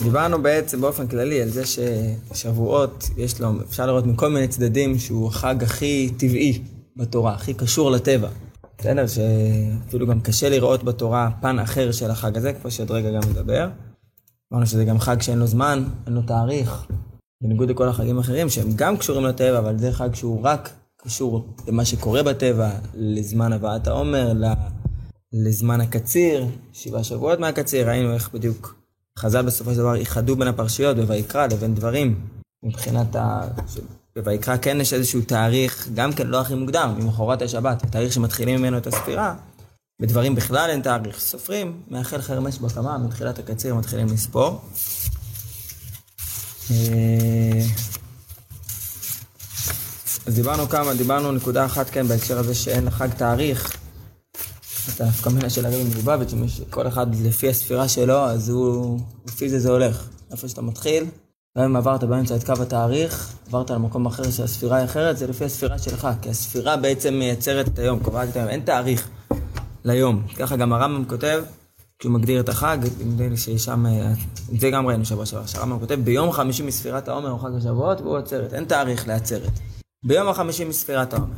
דיברנו בעצם באופן כללי על זה ששבועות יש לו, אפשר לראות מכל מיני צדדים שהוא החג הכי טבעי בתורה, הכי קשור לטבע. בסדר, שאפילו גם קשה לראות בתורה פן אחר של החג הזה, כמו שעוד רגע גם מדבר. אמרנו שזה גם חג שאין לו זמן, אין לו תאריך, בניגוד לכל החגים האחרים שהם גם קשורים לטבע, אבל זה חג שהוא רק קשור למה שקורה בטבע, לזמן הבאת העומר, לזמן הקציר, 7 שבועות מהקציר. ראינו איך בדיוק חז"ל בסופו של דבר איחדו בין הפרשיות בויקרא לבין דברים, מבחינת בויקרא כן יש איזשהו תאריך, גם כן לא הכי מוקדם, ממחרת השבת, התאריך שמתחילים ממנו את הספירה. בדברים בכלל אין תאריך, סופרים מאחל חרמש בקמה, מתחילת הקציר מתחילים לספור. אז דיברנו נקודה אחת כן בהקשר הזה שאין לחג תאריך. את ההפקמינה של הרבי מלובביץ', כל אחד לפי הספירה שלו, אז הוא לפי זה הולך. איפה שאתה מתחיל, גם אם עברת באמצע את קו התאריך, עברת למקום אחר שהספירה היא אחרת, זה לפי הספירה שלך, כי הספירה בעצם מייצרת את היום, קובעת את היום, אין תאריך ליום. ככה גם הרמב"ם כותב, כשהוא מגדיר את החג, ששם, זה גם ראינו שבוע שעבר, שהרמב"ם כותב, ביום 50 מספירת העומר הוא חג השבועות, והוא עצרת, אין תאריך לעצרת. ביום 50 מספירת העומר.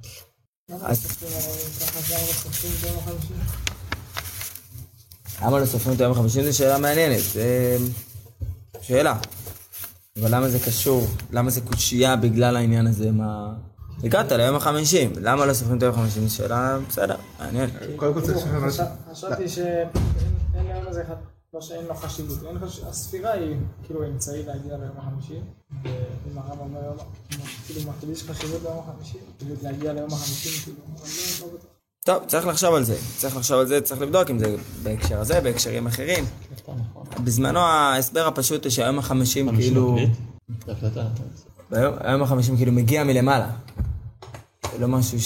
למה לא סופרים את היום ה-50? זו שאלה מעניינת, זה שאלה. אבל למה זה קשור? למה זה קושייה בגלל העניין הזה? הגעת ליום ה-50, למה לא סופרים את היום ה-50? זו שאלה בסדר, מעניין. חשבתי שאין ליום הזה אחד, לא שאין לו חשיבות. הספירה היא כאילו אמצעי להגיע ליום ה-50, ואם הרב אומר כאילו מקדיש חשיבות ליום ה-50, כאילו להגיע ליום ה-50, כאילו, אבל לא בטוח. טוב, צריך לחשוב על זה, צריך לבדוק אם זה בהקשר הזה, בהקשרים אחרים. בזמנו ההסבר הפשוט שהיום ה-50 כאילו... היום ה-50 כאילו מגיע מלמעלה. זה לא משהו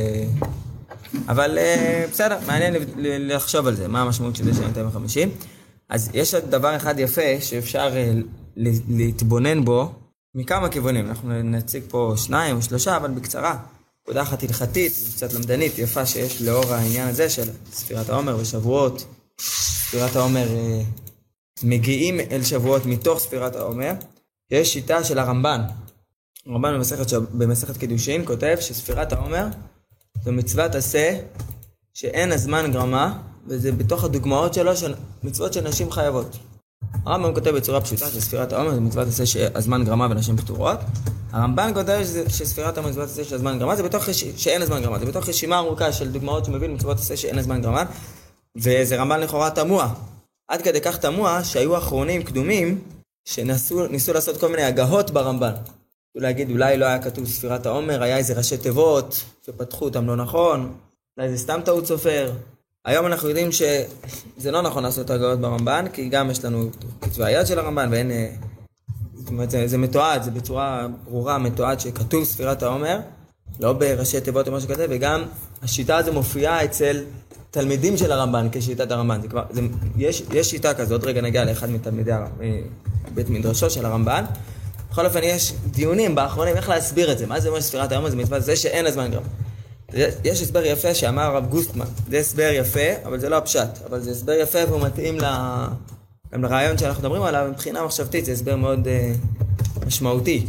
אבל בסדר, מעניין לחשוב על זה, מה המשמעות של זה שהיום היום ה-50. אז יש עוד דבר אחד יפה שאפשר להתבונן בו מכמה כיוונים. אנחנו נציג פה 2 או 3, אבל בקצרה. נקודה אחת הלכתית, קצת למדנית, יפה שיש לאור העניין הזה של ספירת העומר ושבועות. ספירת העומר מגיעים אל שבועות מתוך ספירת העומר. יש שיטה של הרמב"ן. הרמב"ן במסכת קידושין כותב שספירת העומר זו מצוות עשה שאין הזמן גרמה, וזה בתוך הדוגמאות שלו של מצוות של נשים חייבות. הרמב"ם כותב בצורה פשוטה שספירת העומר זה מצוות עשה שהזמן גרמה ונשים פטורות. הרמב"ן כותב שספירת העומר זה מצוות עשה שהזמן גרמה, זה בתוך שאין הזמן גרמה, זה בתוך רשימה ארוכה של דוגמאות שמבין מצוות עשה שאין הזמן גרמה, וזה רמב"ן לכאורה תמוה. עד כדי כך תמוה שהיו אחרונים קדומים שניסו לעשות כל מיני הגהות ברמב"ן. להגיד אולי לא היה כתוב ספירת העומר, היה איזה ראשי תיבות שפתחו אותם לא נכון, אולי זה סתם טעות סופר. היום אנחנו יודעים שזה לא נכון לעשות הגהות ברמב"ן, כי גם יש לנו כתבי היד של הרמב"ן, ואין, זאת אומרת, זה מתועד, זה בצורה ברורה מתועד שכתוב ספירת העומר, לא בראשי תיבות או משהו כזה, וגם השיטה הזו מופיעה אצל תלמידים של הרמב"ן כשיטת הרמב"ן. יש שיטה כזאת, רגע נגיע לאחד מתלמידי בית מדרשו של הרמב"ן. בכל אופן יש דיונים באחרונים איך להסביר את זה. מה זה אומר ספירת העומר? זה מצוות זה שאין הזמן גרמה. יש הסבר יפה שאמר הרב גוסטמן. זה הסבר יפה, אבל זה לא הפשט. אבל זה הסבר יפה והוא מתאים גם לרעיון שאנחנו מדברים עליו. מבחינה מחשבתית זה הסבר מאוד משמעותי.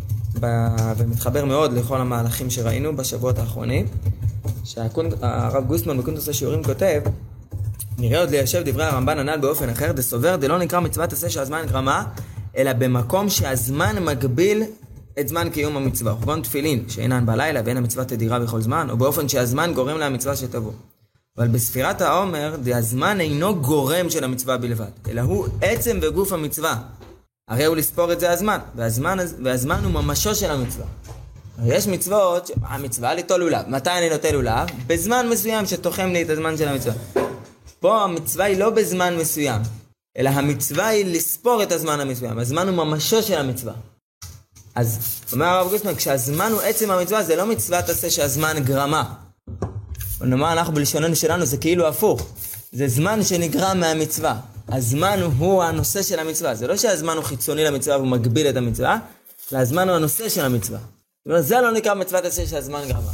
ומתחבר מאוד לכל המהלכים שראינו בשבועות האחרונים. שהרב גוסטמן בקונטוס השיעורים כותב, נראה עוד ליישב דברי הרמב"ן הנ"ל באופן אחר, דסובר דלא נקרא מצוות עשה שהזמן גרמה, אלא במקום שהזמן מגביל את זמן קיום המצווה. כגון תפילין שאינן בלילה ואין המצווה תדירה בכל זמן, או באופן שהזמן גורם למצווה שתבוא. אבל בספירת העומר, הזמן אינו גורם של המצווה בלבד, אלא הוא עצם וגוף המצווה. הרי הוא לספור את זה הזמן, והזמן הוא ממשו של המצווה. יש מצוות, המצווה ליטול לולב. מתי אני נוטל לולב? בזמן מסוים שתוחם לי את הזמן של המצווה. פה המצווה היא לא בזמן מסוים, אלא המצווה היא לספור את הזמן המסוים. הזמן הוא ממשו של המצווה. אז אומר הרב גוסטמן, כשהזמן הוא עצם המצווה, זה לא מצוות עשה שהזמן גרמה. נאמר אנחנו בלשוננו שלנו, זה כאילו הפוך. זה זמן שנגרם מהמצווה. הזמן הוא הנושא של המצווה. זה לא שהזמן הוא חיצוני למצווה והוא מגביל את המצווה, אלא הזמן הוא הנושא של המצווה. זה לא נקרא מצוות עשה שהזמן גרמה.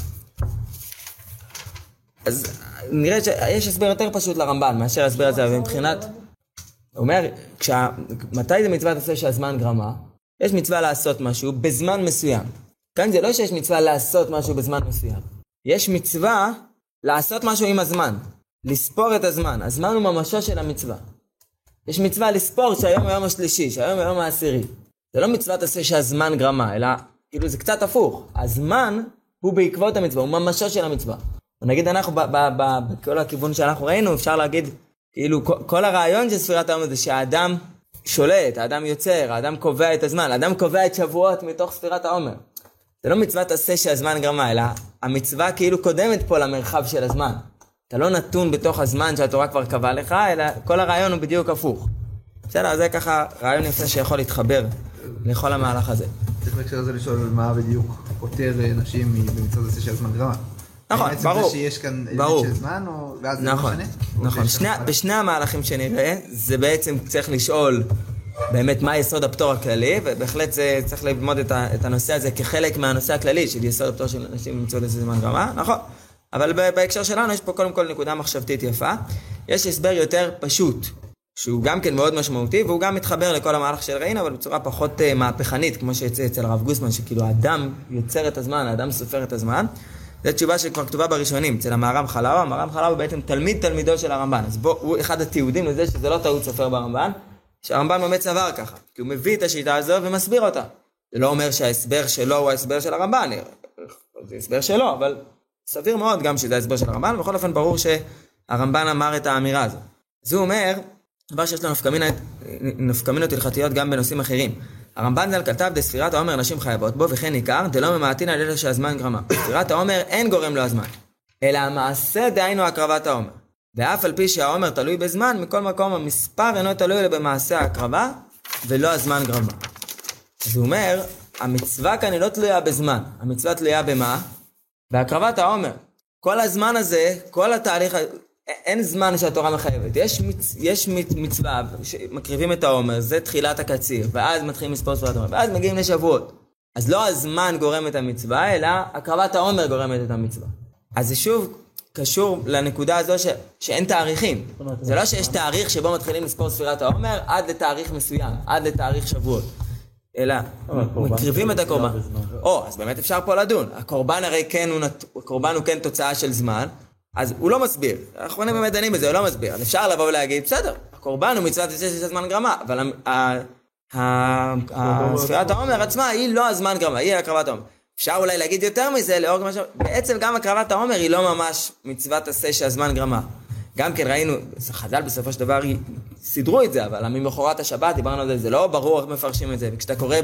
אז נראה שיש הסבר יותר פשוט לרמב"ן מאשר הסבר הזה, ומבחינת הוא אומר, מתי זה מצוות עשה שהזמן גרמה? יש מצווה לעשות משהו בזמן מסוים. כאן זה לא שיש מצווה לעשות משהו בזמן מסוים. יש מצווה לעשות משהו עם הזמן. לספור את הזמן. הזמן הוא ממשו של המצווה. יש מצווה לספור שהיום היום השלישי, שהיום היום העשירי. זה לא מצוות עשה שהזמן גרמה, אלא כאילו זה קצת הפוך. הזמן הוא בעקבות המצווה, הוא ממשו של המצווה. ונגיד אנחנו בכל הכיוון שאנחנו ראינו, אפשר להגיד, כאילו כל הרעיון של ספירת העומר זה שהאדם שולט, האדם יוצר, האדם קובע את הזמן, האדם קובע את שבועות מתוך ספירת העומר. זה לא מצוות עשה שהזמן גרמה, אלא המצווה כאילו קודמת פה למרחב של הזמן. אתה לא נתון בתוך הזמן שהתורה כבר קבעה לך, אלא כל הרעיון הוא בדיוק הפוך. בסדר, זה ככה רעיון יפה שיכול להתחבר לכל המהלך הזה. צריך בהקשר הזה לשאול מה בדיוק פותר נשים במצוות עשה שהזמן גרמה. נכון, ברור. זה שיש כאן אלמנט של זמן, או ואז זה נכון, משנה? נכון. בשני המהלכים שנראה, זה בעצם צריך לשאול באמת מה יסוד הפטור הכללי, ובהחלט זה צריך ללמוד את הנושא הזה כחלק מהנושא הכללי של יסוד הפטור של נשים במצוות עשה זמן גרמה, נכון. אבל בהקשר שלנו יש פה קודם כל נקודה מחשבתית יפה. יש הסבר יותר פשוט, שהוא גם כן מאוד משמעותי, והוא גם מתחבר לכל המהלך של ראינו, אבל בצורה פחות מהפכנית, כמו שיצא אצל הרב גוסמן, שכאילו האדם יוצר את הזמן, האדם סופר את הזמן. זו תשובה שכבר כתובה בראשונים, אצל המהר"ם חלאווה. המהר"ם חלאווה הוא בעצם תלמידו של הרמב"ן. אז הוא אחד התיעודים לזה שזה לא טעות סופר ברמב"ן, שהרמב"ן באמת סבר ככה, כי הוא מביא את השיטה הזו ומסביר אותה. זה לא אומר שההסבר שלו הוא ההסבר של הרמב"ן, זה הסבר שלו, אבל סביר מאוד גם שזה ההסבר של הרמב"ן, ובכל אופן ברור שהרמב"ן אמר את האמירה הזו. אז הוא אומר, דבר שיש לו נפקמינות הלכתיות גם בנושאים אחרים. הרמב"ן ז"ל כתב דספירת העומר נשים חייבות בו, וכן עיקר, דלא ממעטין על ידי שהזמן גרמה. בספירת העומר אין גורם לו הזמן, אלא המעשה דהיינו הקרבת העומר. ואף על פי שהעומר תלוי בזמן, מכל מקום המספר אינו תלוי אלא במעשה ההקרבה, ולא הזמן גרמה. אז הוא אומר, המצווה כאן היא לא תלויה בזמן, המצווה תלויה במה? בהקרבת העומר. כל הזמן הזה, כל התהליך, אין זמן שהתורה מחייבת. יש מצווה שמקריבים את העומר, זה תחילת הקציר, ואז מתחילים לספור ספירת העומר, ואז מגיעים לשבועות. אז לא הזמן גורם את המצווה, אלא הקרבת העומר גורמת את המצווה. אז זה שוב קשור לנקודה הזו שאין תאריכים. זה לא שיש תאריך שבו מתחילים לספור ספירת העומר עד לתאריך מסוים, עד לתאריך שבואות. אלא מקריבים את הקורבן. אז באמת אפשר פה לדון. הקורבן הרי כן, הקורבן הוא כן תוצאה של זמן, אז הוא לא מסביר. האחרונים באמת דנים בזה, הוא לא מסביר. אז אפשר לבוא ולהגיד, בסדר, הקורבן הוא מצוות עשה של זמן גרמה, אבל ספירת העומר עצמה היא לא הזמן גרמה, היא הקרבת העומר. אפשר אולי להגיד יותר מזה, בעצם גם הקרבת העומר היא לא ממש מצוות עשה שהזמן גרמה. גם כן ראינו, חז"ל בסופו של דבר סידרו את זה, אבל ממחרת השבת דיברנו על זה, זה לא ברור איך מפרשים את זה. וכשאתה קורא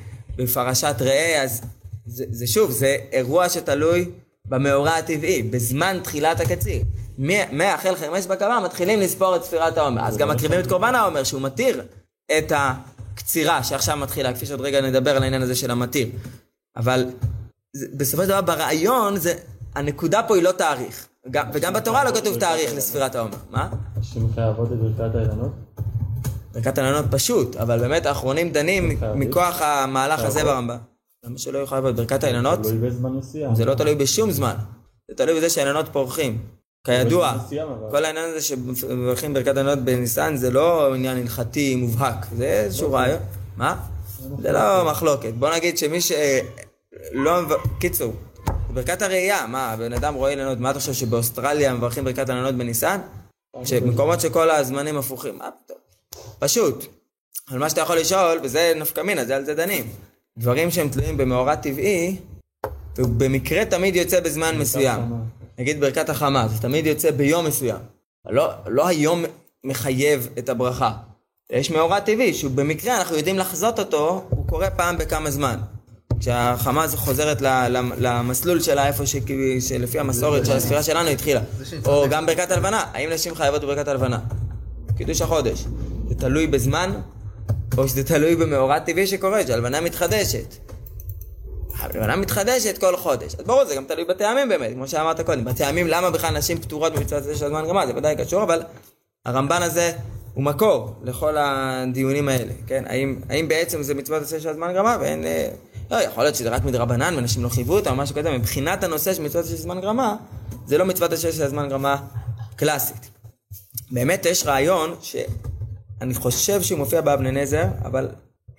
בפרשת ראה, אז זה שוב, זה אירוע שתלוי במאורע הטבעי, בזמן תחילת הקציר. מהחל חרמש בקרבה מתחילים לספור את ספירת העומר. אז גם מקריבים את קורבן העומר, שהוא מתיר את הקצירה שעכשיו מתחילה, כפי שעוד רגע נדבר על העניין הזה של המתיר. אבל בסופו של דבר ברעיון, הנקודה פה היא לא תאריך. וגם בתורה לא כתוב תאריך לספירת העומר. מה? שמחייבות את ברכת האילנות? ברכת האילנות פשוט, אבל באמת האחרונים דנים מכוח המהלך הזה ברמב"ם. למה שלא יוכל להיות ברכת האילנות? זה תלוי בזמן מסוים. זה לא תלוי בשום זמן. זה תלוי בזה שהאילנות פורחים. כידוע, כל העניין הזה שמברכים ברכת האילנות בניסן זה לא עניין הלכתי מובהק. זה איזשהו רעיון. מה? זה לא מחלוקת. בוא נגיד שמי שלא... קיצור. ברכת הראייה, מה, בן אדם רואה אילנות, מה אתה חושב שבאוסטרליה מברכים ברכת האילנות בניסן? שמקומות שכל הזמנים הפוכים, מה פתאום? פשוט. אבל מה שאתה יכול לשאול, וזה נפקא מינה, זה על זה דנים. דברים שהם תלויים במאורע טבעי, ובמקרה תמיד יוצא בזמן מסוים. נגיד ברכת החמה, זה תמיד יוצא ביום מסוים. לא היום מחייב את הברכה. יש מאורע טבעי, שבמקרה אנחנו יודעים לחזות אותו, הוא קורה פעם בכמה זמן. כשהחמה הזו חוזרת למסלול שלה איפה שלפי המסורת של הספירה שלנו התחילה. או גם ברכת הלבנה. האם נשים חייבות בברכת הלבנה? קידוש החודש. זה תלוי בזמן, או שזה תלוי במאורע טבעי שקורה, שהלבנה מתחדשת. הלבנה מתחדשת כל חודש. אז ברור, זה גם תלוי בטעמים באמת, כמו שאמרת קודם. בטעמים למה בכלל נשים פטורות במצוות הזה של הזמן גרמה, זה ודאי קשור, אבל הרמב"ן הזה הוא מקור לכל הדיונים האלה. כן? האם בעצם זה מצוות הזה של הזמן גרמה, ואין... לא, יכול להיות שזה רק מדרבנן, ואנשים לא חייבו אותם, או משהו כזה. מבחינת הנושא של מצוות של זמן גרמה, זה לא מצוות של זמן גרמה קלאסית. באמת יש רעיון אני חושב שהוא מופיע באבני נזר, אבל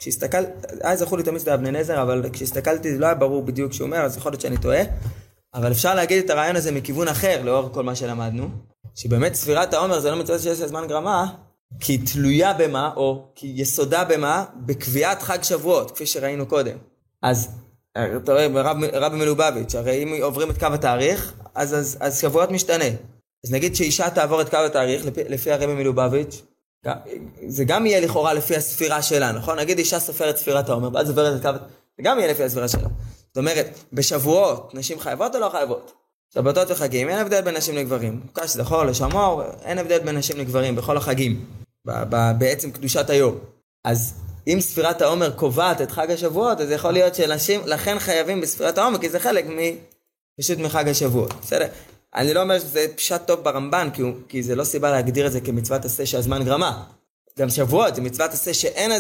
אז זכו לי תמיד זה באבני נזר, אבל כשהסתכלתי זה לא היה ברור בדיוק שהוא אומר, אז יכול להיות שאני טועה. אבל אפשר להגיד את הרעיון הזה מכיוון אחר, לאור כל מה שלמדנו, שבאמת ספירת העומר זה לא מצוות שיש זמן גרמה, כי היא תלויה במה, או כי יסודה במה, בקביעת חג שבועות, כפי שראינו קודם. אז אתה רואה, רבי מלובביץ', הרי אם עוברים את קו התאריך, אז שבועות משתנה. אז נגיד שאישה תעבור את קו התאריך, לפי הרבי מלובביץ', זה גם יהיה לכאורה לפי הספירה שלה, נכון? נגיד אישה סופרת ספירת העומר, ואז עוברת את קו התאריך, זה גם יהיה לפי הספירה שלה. זאת אומרת, בשבועות, נשים חייבות או לא חייבות? שבתות וחגים, אין הבדל בין נשים לגברים. קש, זכור, לשמור, אין הבדל בין נשים לגברים, בכל החגים. בעצם קדושת היום. אז אם ספירת העומר קובעת את חג השבועות, אז יכול להיות שנשים לכן חייבים בספירת העומר, כי זה חלק פשוט מחג השבועות. בסדר? אני לא אומר שזה פשט טוב ברמב"ן, כי זה לא סיבה להגדיר את זה כמצוות עשה שהזמן גרמה. גם שבועות זה מצוות עשה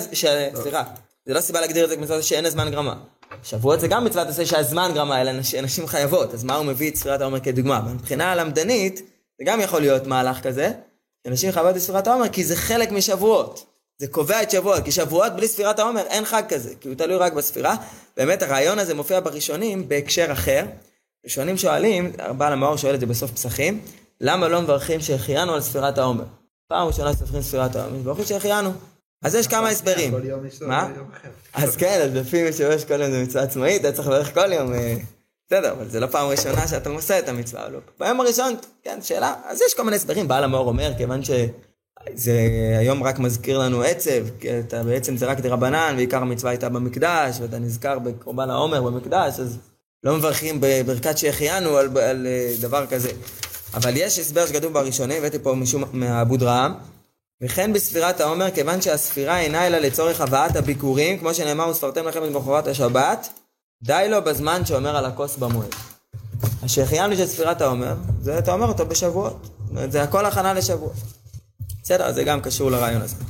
סליחה, זה לא סיבה להגדיר את זה כמצוות עשה שאין הזמן גרמה. שבועות זה גם מצוות עשה שהזמן גרמה, אלא נשים חייבות. אז מה הוא מביא את ספירת העומר כדוגמה? מבחינה הלמדנית, זה גם יכול להיות מהלך כזה, שנשים חייבות בספירת העומר, כי זה חלק משבועות. זה קובע את שבועות, כי שבועות בלי ספירת העומר אין חג כזה, כי הוא תלוי רק בספירה. באמת הרעיון הזה מופיע בראשונים בהקשר אחר. ראשונים שואלים, בעל המאור שואל את זה בסוף פסחים, למה לא מברכים שהחיינו על ספירת העומר? פעם ראשונה סופרים ספירת העומר, מברכו שהחיינו. אז יש כמה הסברים. כל יום יש לו מה? יום אחר. אז כן, אז לפי מי שיש כל יום זה מצווה עצמאית, אתה צריך לברך כל יום. בסדר, אבל זה לא פעם ראשונה שאתה עושה את המצווה או לא. ביום הראשון, כן, שאלה, אז יש כל מיני הסברים. בעל המאור אומר, כיוון שזה היום רק מזכיר לנו עצב, כי בעצם זה רק דרבנן, ועיקר המצווה הייתה במקדש, ואתה נזכר בקורבן העומר במקדש, אז לא מברכים בברכת שהחיינו על דבר כזה. אבל יש הסבר שכתוב בראשוני, הבאתי פה משום מהעבוד רעם, וכן בספירת העומר, כיוון שהספירה אינה אלא לצורך הבאת הביקורים, כמו שנאמר, וספרתם לכם את בחורת השבת, די לו בזמן שאומר על הכוס במועד. השהחיינו של ספירת העומר, זה אתה אומר אותו בשבועות. זה הכל הכנה לשבועות. בסדר, זה גם קשור לרעיון הזה.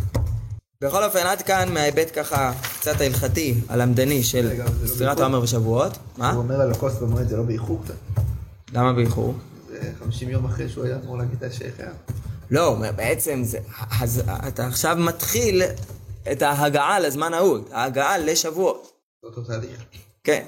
בכל אופן, עד כאן מההיבט ככה קצת ההלכתי, הלמדני של ספירת העומר בשבועות. מה? הוא אומר על הכוס במועד, זה לא באיחור קצת? למה באיחור? זה 50 יום אחרי שהוא היה אמור להגיד את השהחיינו. לא, בעצם אז אתה עכשיו מתחיל את ההגעה לזמן ההוא, ההגעה לשבועות. זה אותו תהליך. כן,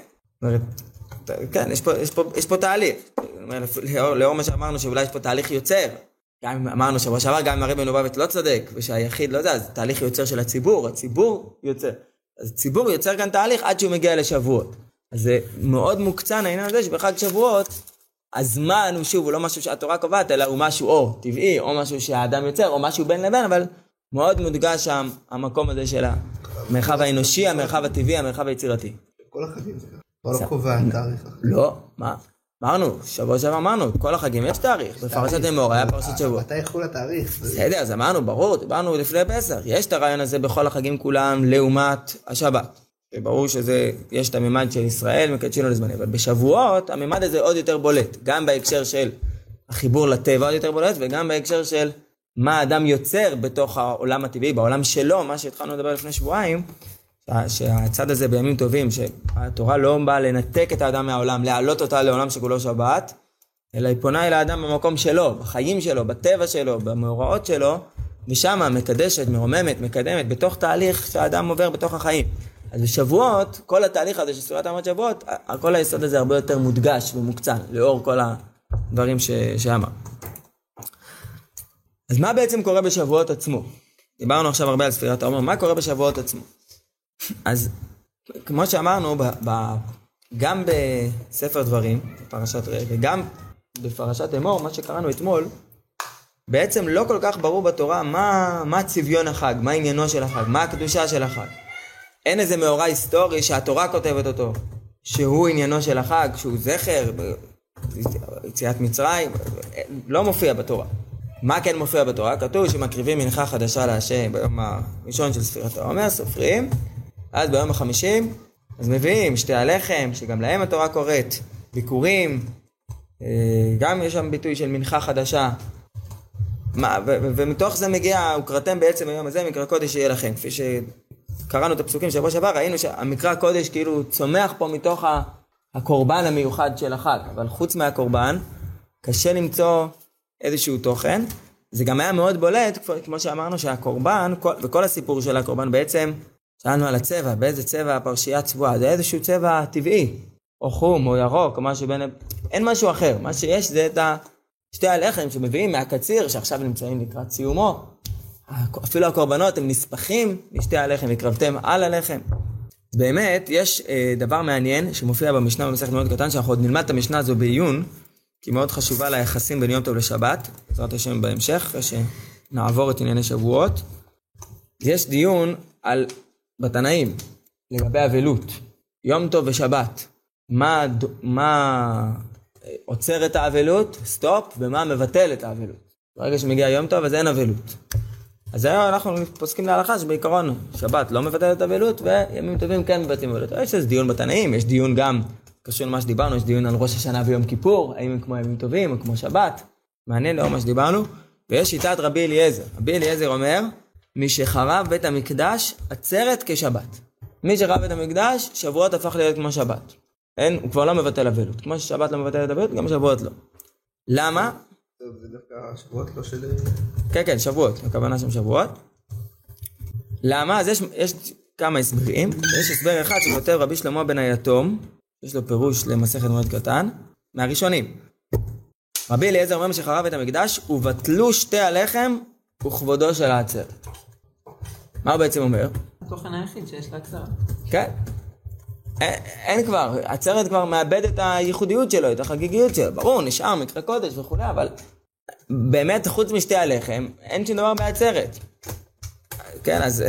כן, יש פה תהליך. לאור מה שאמרנו שאולי יש פה תהליך יוצר. גם אמרנו שבוע שעבר, גם אם הרבי מלובביץ' לא צודק, ושהיחיד לא יודע, אז תהליך יוצר של הציבור יוצר. אז הציבור יוצר כאן תהליך עד שהוא מגיע לשבועות. אז זה מאוד מוקצן העניין הזה שבחג שבועות, הזמן הוא שוב, הוא לא משהו שהתורה קובעת, אלא הוא משהו או טבעי, או משהו שהאדם יוצר, או משהו בין לבין, אבל מאוד מודגש שם המקום הזה של המרחב האנושי, המרחב הטבעי, המרחב היצירתי. כל החגים זה לא קובע תאריך. לא, מה? אמרנו, שבוע שעבר אמרנו, כל החגים יש תאריך, בפרשת אמור היה פרשת שבוע. מתי יחול התאריך? בסדר, אז אמרנו, ברור, דיברנו לפני פסח, יש את הרעיון הזה בכל החגים כולם לעומת השבת. ברור שזה, יש את הממד של ישראל, מקדשים לו לזמנים, אבל בשבועות הממד הזה עוד יותר בולט, גם בהקשר של החיבור לטבע עוד יותר בולט, וגם בהקשר של מה האדם יוצר בתוך העולם הטבעי, בעולם שלו, מה שהתחלנו לדבר לפני שבועיים, שהצד הזה בימים טובים, שהתורה לא באה לנתק את האדם מהעולם, להעלות אותה לעולם שכולו שבת, אלא היא פונה אל האדם במקום שלו, בחיים שלו, בטבע שלו, במאורעות שלו, ושם מקדשת, מרוממת, מקדמת, בתוך תהליך שהאדם עובר בתוך החיים. אז בשבועות, כל התהליך הזה של ספירת העומר שבועות, כל היסוד הזה הרבה יותר מודגש ומוקצן, לאור כל הדברים שאמר. אז מה בעצם קורה בשבועות עצמו? דיברנו עכשיו הרבה על ספירת העומר, מה קורה בשבועות עצמו? אז כמו שאמרנו, גם בספר דברים, בפרשת ראה, וגם בפרשת אמור, מה שקראנו אתמול, בעצם לא כל כך ברור בתורה מה צביון החג, מה עניינו של החג, מה הקדושה של החג. אין איזה מאורע היסטורי שהתורה כותבת אותו, שהוא עניינו של החג, שהוא זכר, יציאת מצרים, לא מופיע בתורה. מה כן מופיע בתורה? כתוב שמקריבים מנחה חדשה להשם ביום הראשון של ספירת העומר, סופרים, אז ביום ה-50, אז מביאים שתי הלחם, שגם להם התורה קוראת, ביקורים, גם יש שם ביטוי של מנחה חדשה, ומתוך זה מגיע, וקראתם בעצם היום הזה, מקרא קודש יהיה לכם, כפי שקראנו את הפסוקים שבוע שעבר, ראינו שהמקרא קודש כאילו צומח פה מתוך הקורבן המיוחד של החג, אבל חוץ מהקורבן, קשה למצוא איזשהו תוכן, זה גם היה מאוד בולט, כמו שאמרנו שהקורבן, וכל הסיפור של הקורבן בעצם, שאלנו על הצבע, באיזה צבע הפרשייה צבועה, זה איזשהו צבע טבעי, או חום, או ירוק, או משהו בין... אין משהו אחר, מה שיש זה את שתי הלחם שמביאים מהקציר, שעכשיו נמצאים לקראת סיומו, אפילו הקורבנות הם נספחים לשתי הלחם, הקרבתם על הלחם. באמת, יש דבר מעניין שמופיע במשנה במסכת מאוד קטן, שאנחנו עוד נלמד את המשנה הזו בעיון, כי מאוד חשובה ליחסים בין יום טוב לשבת, בעזרת השם בהמשך, אחרי שנעבור את ענייני שבועות. יש דיון בתנאים, לגבי אבלות, יום טוב ושבת, מה עוצר את האבלות, סטופ, ומה מבטל את האבלות. ברגע שמגיע יום טוב, אז אין אבלות. אז היום אנחנו פוסקים להלכה שבעיקרון שבת לא מבטל את האבלות, וימים טובים כן מבטלים אבלות. יש איזה דיון בתנאים, יש דיון גם, קשור למה שדיברנו, יש דיון על ראש השנה ויום כיפור, האם הם כמו ימים טובים או כמו שבת, מעניין לאור מה שדיברנו, ויש שיטת רבי אליעזר. רבי אליעזר אומר, מי שחרב בית המקדש, עצרת כשבת. מי שחרב בית המקדש, שבועות הפך להיות כמו שבת. הוא כבר לא מבטל אבלות. כמו ששבת לא מבטל את אבלות, גם שבועות לא. למה? זה דווקא שבועות לא של... כן, שבועות. הכוונה שם שבועות. למה? אז יש כמה הסברים. יש הסבר אחד שכותב רבי שלמה בן היתום, יש לו פירוש למסכת מאוד קטן, מהראשונים. רבי אליעזר אומר שחרב בית המקדש, ובטלו שתי הלחם וכבודו של העצרת. מה הוא בעצם אומר? התוכן היחיד שיש לעצרת. כן. אין כבר, העצרת כבר מאבד את הייחודיות שלו, את החגיגיות שלו. ברור, נשאר מקרא קודש וכו', אבל באמת חוץ משתי הלחם, אין שום דבר בעצרת. כן, אז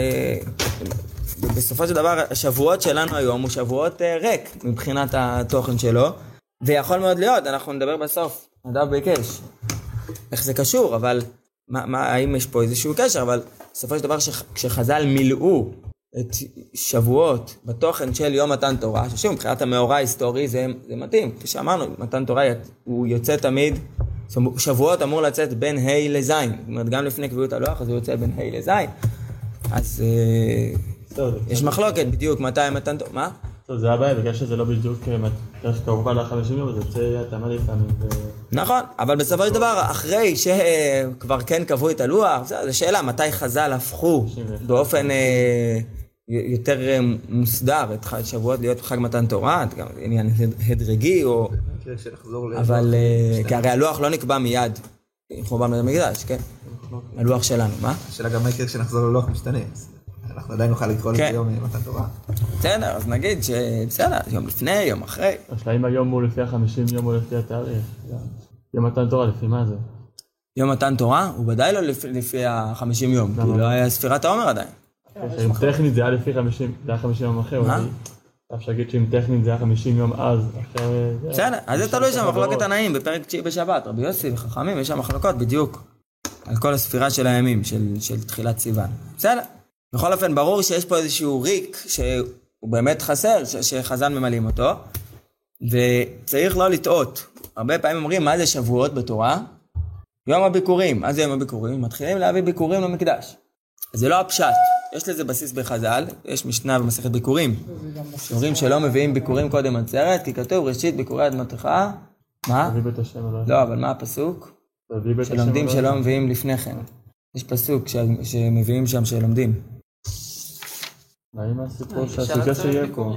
בסופו של דבר, השבועות שלנו היום הוא שבועות ריק מבחינת התוכן שלו, ויכול מאוד להיות, אנחנו נדבר בסוף, נדב ביקש, איך זה קשור, אבל האם יש פה איזשהו קשר, אבל בסופו של דבר כשחז"ל מילאו את שבועות בתוכן של יום מתן תורה, ששוב, מבחינת המאורע ההיסטורי זה מתאים, כשאמרנו, מתן תורה הוא יוצא תמיד, שבועות אמור לצאת בין ה' לז', זאת אומרת, גם לפני קביעות הלוח, אז הוא יוצא בין ה' לז', אז יש מחלוקת בדיוק מתי מתן תורה, מה? זה הבעיה, בגלל שזה לא בדיוק קרוב על 50 יום, זה יוצא התאמה לפעמים. נכון, אבל בסופו של דבר, אחרי שכבר כן קבעו את הלוח, זו שאלה, מתי חז"ל הפכו באופן יותר מוסדר את שבועות להיות חג מתן תורה, גם עניין הדרגי, אבל כי הרי הלוח לא נקבע מיד, חורבן בית המקדש, כן? הלוח שלנו, מה? השאלה גם מה יקרה כשנחזור ללוח משתנה. אנחנו עדיין נוכל לקרוא לזה יום מתן תורה. בסדר, אז נגיד שבסדר, יום לפני, יום אחרי. השאלה אם היום הוא לפי ה-50 יום או לפי התאריך. יום מתן תורה, לפי מה זה? יום מתן תורה הוא ודאי לא לפי ה-50 יום, כי לא היה ספירת העומר עדיין. אם טכנית זה היה לפי 50, זה היה 50 יום אחר. מה? אפשר להגיד שאם טכנית זה היה 50 יום אז, אחר... בסדר, אז זה תלוי שם מחלוקת הנאים בפרק 9 בשבת. רבי יוסי וחכמים, יש שם מחלוקות בדיוק על כל הספירה של הימים, של תחילת סיוון. בסדר. בכל אופן, ברור שיש פה איזשהו ריק שהוא באמת חסר, שחז"ל ממלאים אותו, וצריך לא לטעות. הרבה פעמים אומרים, מה זה שבועות בתורה? יום הביקורים. מה זה יום הביקורים? מתחילים להביא ביקורים למקדש. זה לא הפשט. יש לזה בסיס בחז"ל, יש משנה במסכת ביקורים. שאומרים שלא מביאים ביקורים קודם עצרת, כי כתוב ראשית ביקורי אדמתך. מה? לא, אבל מה הפסוק? שלומדים שלא מביאים לפני כן. יש פסוק שמביאים שם שלומדים. מה עם הסיפור שהסוגה שיהיה פה?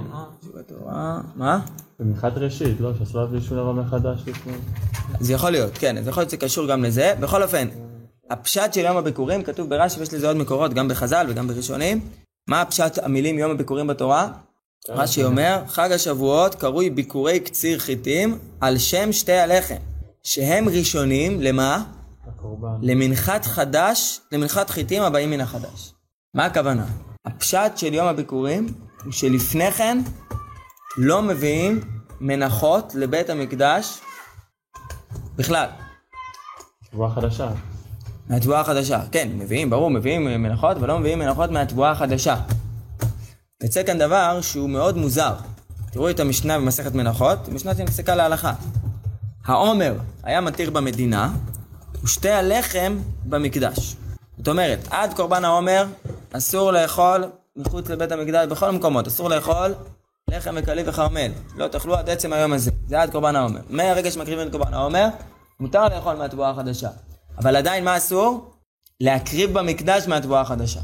מה? במנחת ראשית, לא? שאסור להביא שום דבר מחדש לפני. זה יכול להיות, כן, זה יכול להיות שקשור גם לזה. בכל אופן, הפשט של יום הביקורים כתוב ברש"י, ויש לזה עוד מקורות, גם בחז"ל וגם בראשונים. מה הפשט המילים יום הביקורים בתורה? רש"י אומר, חג השבועות קרוי ביקורי קציר חיטים על שם שתי הלחם, שהם ראשונים למה? למנחת חדש, למנחת חיטים הבאים מן החדש. מה הכוונה? הפשט של יום הביקורים הוא שלפני כן לא מביאים מנחות לבית המקדש בכלל. תבואה חדשה. מהתבואה החדשה, כן, מביאים, ברור, מביאים מנחות, אבל לא מביאים מנחות מהתבואה החדשה. יצא כאן דבר שהוא מאוד מוזר. תראו את המשנה במסכת מנחות, המשנה שנפסקה להלכה. העומר היה מתיר במדינה, ושתי הלחם במקדש. זאת אומרת, עד קורבן העומר, אסור לאכול מחוץ לבית המקדש, בכל המקומות, אסור לאכול לחם וקליף וחרמל. לא תאכלו עד עצם היום הזה, זה עד קורבן העומר. מהרגע שמקריבים את קורבן העומר, מותר לאכול מהתבואה החדשה. אבל עדיין מה אסור? להקריב במקדש מהתבואה החדשה.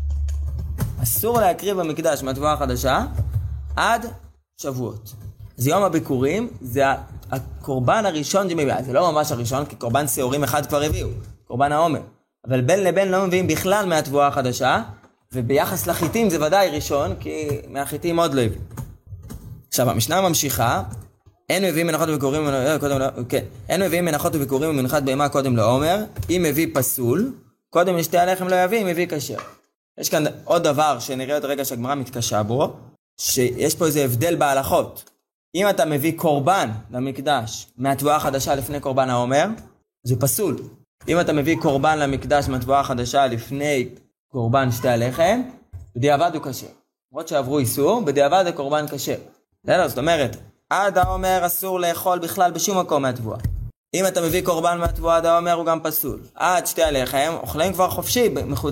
אסור להקריב במקדש מהתבואה החדשה עד שבועות. אז יום הביקורים זה הקורבן הראשון שמביא. זה לא ממש הראשון, כי קורבן שעורים אחד כבר הביאו, קורבן העומר. אבל בין לבין לא מביאים בכלל מהתבואה החדשה, וביחס לחיטים זה ודאי ראשון, כי מהחיטים עוד לא הביאו. עכשיו, המשנה ממשיכה, אין מביאים מנחות וביקורים, אין מביאים מנחות וביקורים ומנחת בהמה קודם לעומר, אם מביא פסול, קודם לשתי הלחם לא יביא, אם מביא כשר. יש כאן עוד דבר שנראה עוד רגע שהגמרא מתקשה בו, שיש פה איזה הבדל בהלכות. אם אתה מביא קורבן למקדש מהתבואה החדשה לפני קורבן העומר, זה פסול. אם אתה מביא קורבן למקדש מהתבואה החדשה לפני קורבן שתי הלחם, בדיעבד הוא כשר. למרות שעברו איסור, בדיעבד זה קורבן כשר. זאת אומרת, עד העומר אסור לאכול בכלל בשום מקום מהתבואה. אם אתה מביא קורבן מהתבואה עד העומר הוא גם פסול. עד שתי הלחם אוכלים כבר חופשי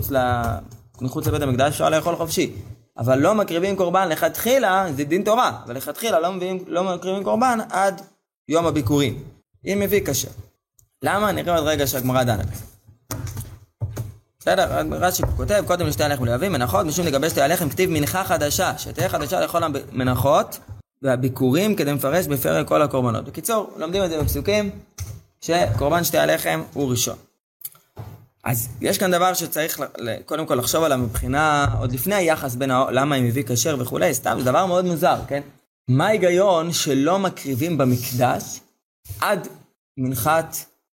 מחוץ לבית המקדש, אפשר לאכול חופשי. אבל לא מקריבים קורבן לכתחילה, זה דין תורה, אבל לכתחילה לא מקריבים קורבן עד יום הביקורים. אם מביא כשר. למה? נראה עוד רגע שהגמרא דנה בזה. בסדר, רש"י כותב, קודם לשתי הלחם להביא מנחות, משום לגבי שתי הלחם כתיב מנחה חדשה, שתהיה חדשה לכל המנחות והביקורים כדי מפרש בפרק כל הקורבנות. בקיצור, לומדים את זה בפסוקים, שקורבן שתי הלחם הוא ראשון. אז יש כאן דבר שצריך קודם כל לחשוב עליו מבחינה, עוד לפני היחס בין למה הם מביא כשר וכולי, סתם זה דבר מאוד מוזר, כן? מה ההיגיון שלא מקריבים במקדש עד מנחת,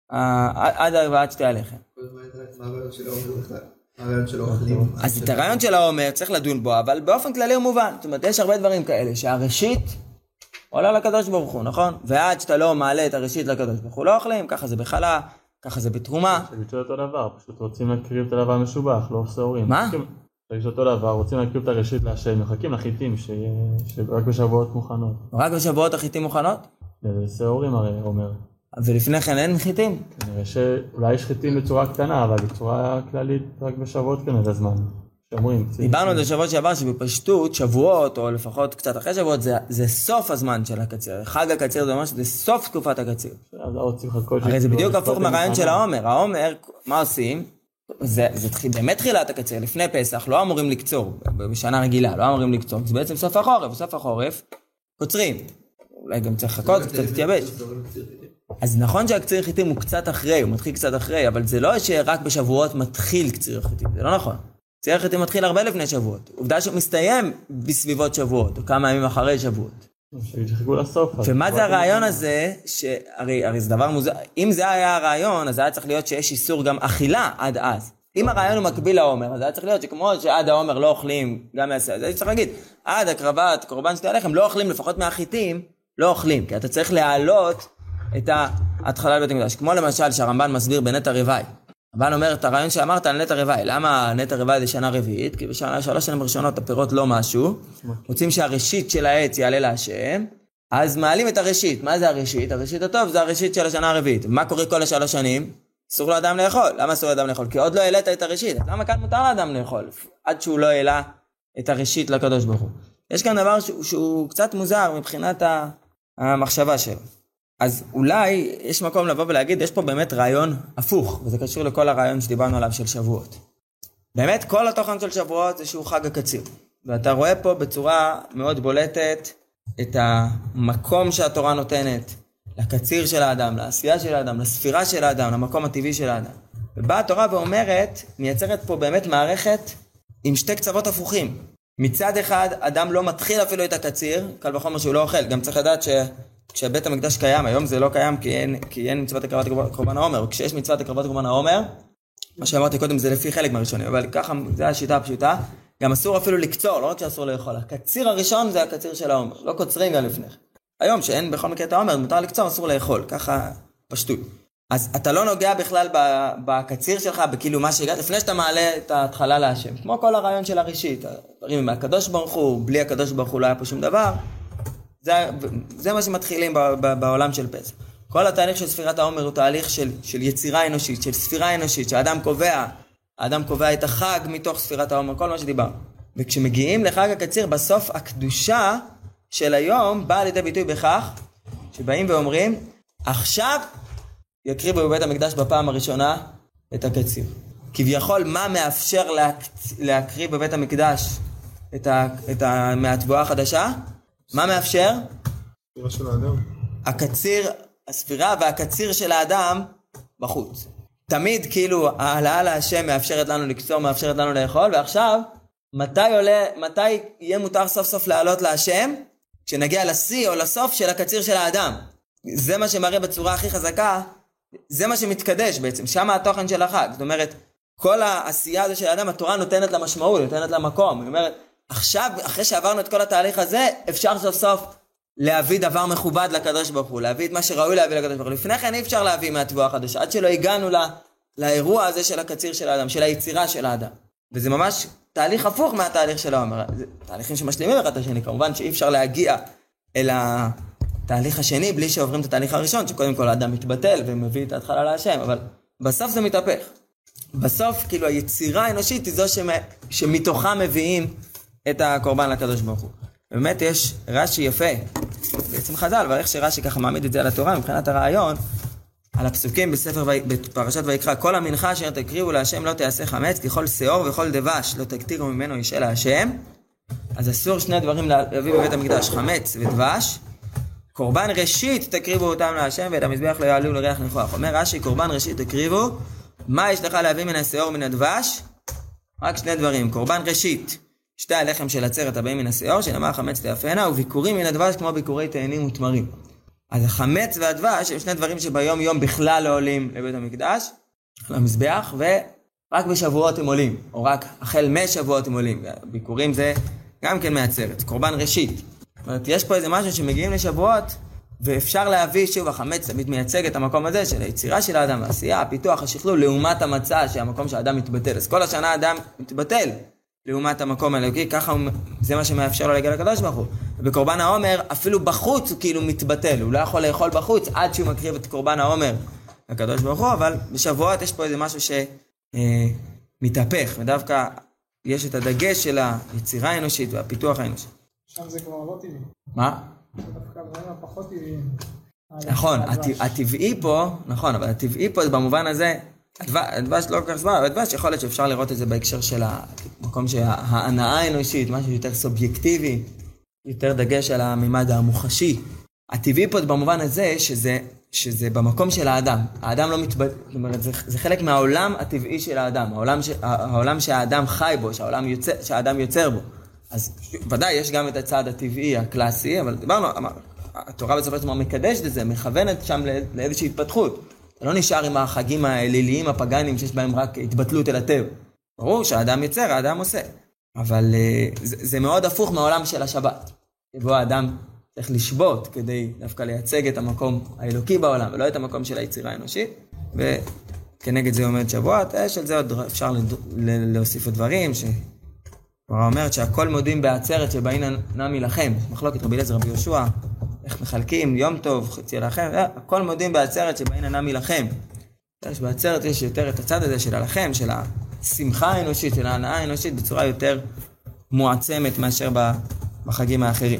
עד שתי הלחם? מה הרעיון שלא אוכלים? אז את הרעיון של העומר צריך לדון בו, אבל באופן כללי הוא מובן. זאת אומרת, יש הרבה דברים כאלה, שהראשית עולה לקדוש ברוך הוא, נכון? ועד שאתה לא מעלה את הראשית לקדוש ברוך הוא, לא אוכלים, ככה זה בחלה, ככה זה בתרומה. זה אותו דבר, פשוט רוצים להקריב את הדבר המשובח, לא שעורים. מה? זה אותו דבר, רוצים להקריב את הראשית להשם, מחכים לחיטים שרק בשבועות מוכנות. רק בשבועות החיטים מוכנות? זה שעורים הרי אומר. ולפני כן אין חיטים? כנראה שאולי יש חיטים בצורה קטנה, אבל בצורה כללית רק בשבועות כנראה זמן. שאומרים. דיברנו על זה שבוע שעבר שבפשטות שבועות, או לפחות קצת אחרי שבועות, זה סוף הזמן של הקציר. חג הקציר זה אומר שזה סוף תקופת הקציר. הרי זה בדיוק הפוך מהרעיון של העומר. העומר, מה עושים? זה באמת תחילת הקציר. לפני פסח לא אמורים לקצור, בשנה רגילה, לא אמורים לקצור. זה בעצם סוף החורף, וסוף החורף קוצרים. אולי גם צריך לחכות, קצת תתייבש. אז נכון שהקציר חיטים הוא קצת אחרי, הוא מתחיל קצת אחרי, אבל זה לא שרק בשבועות מתחיל קציר חיטים, זה לא נכון. קציר חיטים מתחיל הרבה לפני שבועות. עובדה שהוא מסתיים בסביבות שבועות, או כמה ימים אחרי שבועות. ומה זה הרעיון הזה, הרי זה דבר מוזר, אם זה היה הרעיון, אז היה צריך להיות שיש איסור גם אכילה עד אז. אם הרעיון הוא מקביל לעומר, אז היה צריך להיות שכמו שעד העומר לא אוכלים, גם מהסדר, אז אני צריך להגיד, עד הקרבת קורבן שתי הלחם לא אוכלים, לפחות מהחיטים, לא אוכלים, כי אתה צריך להעלות את ההתחלה לבית המקדש. כמו למשל שהרמב"ן מסביר בנטע רבעי. הרמב"ן אומר את הרעיון שאמרת על נטע רבעי. למה נטע רבעי זה שנה רביעית? כי בשנה 3 שנים ראשונות הפירות לא משהו. רוצים שהראשית של העץ יעלה להשם. אז מעלים את הראשית. מה זה הראשית? הראשית הטוב זה הראשית של השנה הרביעית. מה קורה כל 3 שנים? אסור לאדם לאכול. למה אסור לאדם לאכול? כי עוד לא העלית את הראשית. למה כאן מותר לאדם לאכול? עד שהוא לא העלה את הראשית לקדוש ברוך הוא. יש כאן דבר שהוא קצת מוזר מבחינת המחשבה שלו. אז אולי יש מקום לבוא ולהגיד, יש פה באמת רעיון הפוך, וזה קשור לכל הרעיון שדיברנו עליו של שבועות. באמת כל התוכן של שבועות זה שהוא חג הקציר. ואתה רואה פה בצורה מאוד בולטת את המקום שהתורה נותנת לקציר של האדם, לעשייה של האדם, לספירה של האדם, למקום הטבעי של האדם. ובאה התורה ואומרת, מייצרת פה באמת מערכת עם שתי קצוות הפוכים. מצד אחד, אדם לא מתחיל אפילו את הקציר, קל וחומר שהוא לא אוכל. גם צריך לדעת כשבית המקדש קיים, היום זה לא קיים כי אין מצוות הקרבת קורבן העומר, או כשיש מצוות הקרבת קורבן העומר, מה שאמרתי קודם זה לפי חלק מהראשונים, אבל ככה זה השיטה הפשוטה, גם אסור אפילו לקצור, לא רק שאסור לאכול, הקציר הראשון זה הקציר של העומר, לא קוצרים גם לפני. היום שאין בכל מקרה את העומר, מותר לקצור, אסור לאכול, ככה פשטות. אז אתה לא נוגע בכלל בקציר שלך, בכאילו מה שהגעת, לפני שאתה מעלה את ההתחלה להשם, כמו כל הרעיון של הראשית, הדברים עם הקדוש ברוך הוא, בלי הקדוש ברוך הוא לא היה פה שום דבר, זה מה שמתחילים בעולם של פסח. כל התהליך של ספירת העומר הוא תהליך של יצירה אנושית, של ספירה אנושית, שהאדם קובע את החג מתוך ספירת העומר, כל מה שדיבר. וכשמגיעים לחג הקציר, בסוף הקדושה של היום באה לידי ביטוי בכך, שבאים ואומרים, עכשיו יקריבו בבית המקדש בפעם הראשונה את הקציר. כביכול, מה מאפשר להקריב בבית המקדש מהתבואה החדשה? מה מאפשר? הספירה של האדם. הקציר, הספירה והקציר של האדם בחוץ. תמיד כאילו העלאה להשם מאפשרת לנו לקצור, מאפשרת לנו לאכול, ועכשיו מתי יהיה מותר סוף סוף לעלות להשם? כשנגיע לשיא או לסוף של הקציר של האדם. זה מה שמראה בצורה הכי חזקה, זה מה שמתקדש בעצם, שם התוכן של החג. זאת אומרת, כל העשייה הזו של האדם, התורה נותנת לה משמעות, נותנת לה מקום. זאת אומרת, עכשיו, אחרי שעברנו את כל התהליך הזה, אפשר סוף סוף להביא דבר מכובד לקדוש ברוך הוא, להביא את מה שראוי להביא לקדוש ברוך הוא. לפני כן אי אפשר להביא מהתבואה החדשה, עד שלא הגענו לאירוע הזה של הקציר של האדם, של היצירה של האדם. וזה ממש תהליך הפוך מהתהליך של העומר. זה תהליכים שמשלימים אחד את השני. כמובן שאי אפשר להגיע אל התהליך השני בלי שעוברים את התהליך הראשון, שקודם כל האדם מתבטל ומביא את ההתחלה להשם, אבל בסוף זה מתהפך. בסוף כאילו היצירה האנושית היא זו שמתוכה מביאים את הקורבן לקדוש ברוך הוא. באמת יש רש"י יפה, בעצם חז"ל, אבל איך שרש"י ככה מעמיד את זה על התורה מבחינת הרעיון, על הפסוקים בפרשת ויקרא, כל המנחה אשר תקריבו להשם לא תעשה חמץ, ככל שיעור וכל דבש לא תקטירו ממנו ישאל להשם. אז אסור שני דברים להביא בבית המקדש, חמץ ודבש. קורבן ראשית תקריבו אותם להשם, ואת המזבח לא יעלו לריח ניחוח. אומר רש"י, קורבן ראשית תקריבו, מה יש לך להביא מן השיעור מן הדבש? רק שני דברים, קורבן ראשית, שתי הלחם של עצרת הבאים מן השיעור, שנאמר חמץ תאפנה, וביקורים מן הדבש כמו ביקורי תאנים ותמרים. אז החמץ והדבש הם שני דברים שביום יום בכלל לא עולים לבית המקדש, למזבח, ורק בשבועות הם עולים, או רק החל משבועות הם עולים. ביקורים זה גם כן מעצרת, קורבן ראשית. זאת אומרת, יש פה איזה משהו שמגיעים לשבועות, ואפשר להביא, שוב, החמץ תמיד מייצג את המקום הזה של היצירה של האדם, העשייה, הפיתוח, השכלול, לעומת המצע שהמקום שהאדם מתבטל. אז כל השנה האדם מתבטל לעומת המקום האלוקי, ככה זה מה שמאפשר לו להגיע לקדוש ברוך הוא. ובקורבן העומר, אפילו בחוץ הוא כאילו מתבטל, הוא לא יכול לאכול בחוץ עד שהוא מקריב את קורבן העומר לקדוש ברוך הוא, אבל בשבועות יש פה איזה משהו שמתהפך, ודווקא יש את הדגש של היצירה האנושית והפיתוח האנושי. שם זה כבר לא טבעי. מה? זה דווקא דברים הפחות טבעיים. נכון, הטבעי פה, נכון, אבל הטבעי פה במובן הזה, הדבש לא כל כך סבבה, אבל הדבש יכול להיות שאפשר לראות את זה בהקשר של המקום שההנאה האנושית, משהו יותר סובייקטיבי, יותר דגש על הממד המוחשי. הטבעי פה במובן הזה שזה במקום של האדם. האדם לא מתבטל, זאת אומרת, זה חלק מהעולם הטבעי של האדם, העולם שהאדם חי בו, שהאדם יוצר בו. אז ודאי יש גם את הצד הטבעי הקלאסי, אבל דיברנו, התורה בסופו של דבר מקדשת את זה, מכוונת שם לאיזושהי התפתחות. אתה לא נשאר עם החגים האליליים, הפגנים, שיש בהם רק התבטלות אל הטבע. ברור שהאדם יוצר, האדם עושה. אבל זה מאוד הפוך מהעולם של השבת. שבו האדם צריך לשבות כדי דווקא לייצג את המקום האלוקי בעולם, ולא את המקום של היצירה האנושית. וכנגד זה עומד שבועות, של זה עוד אפשר להוסיף דברים, שכבר אומרת שהכל מודים בעצרת שבאים נמי לכם. מחלוקת רבי אליעזר רבי יהושע, איך מחלקים, יום טוב, חצי לכם, הכל מודים בעצרת שבאים נמי לכם. בעצרת יש יותר את הצד הזה של הלחם, של השמחה האנושית, של ההנאה האנושית, בצורה יותר מועצמת מאשר בחגים האחרים.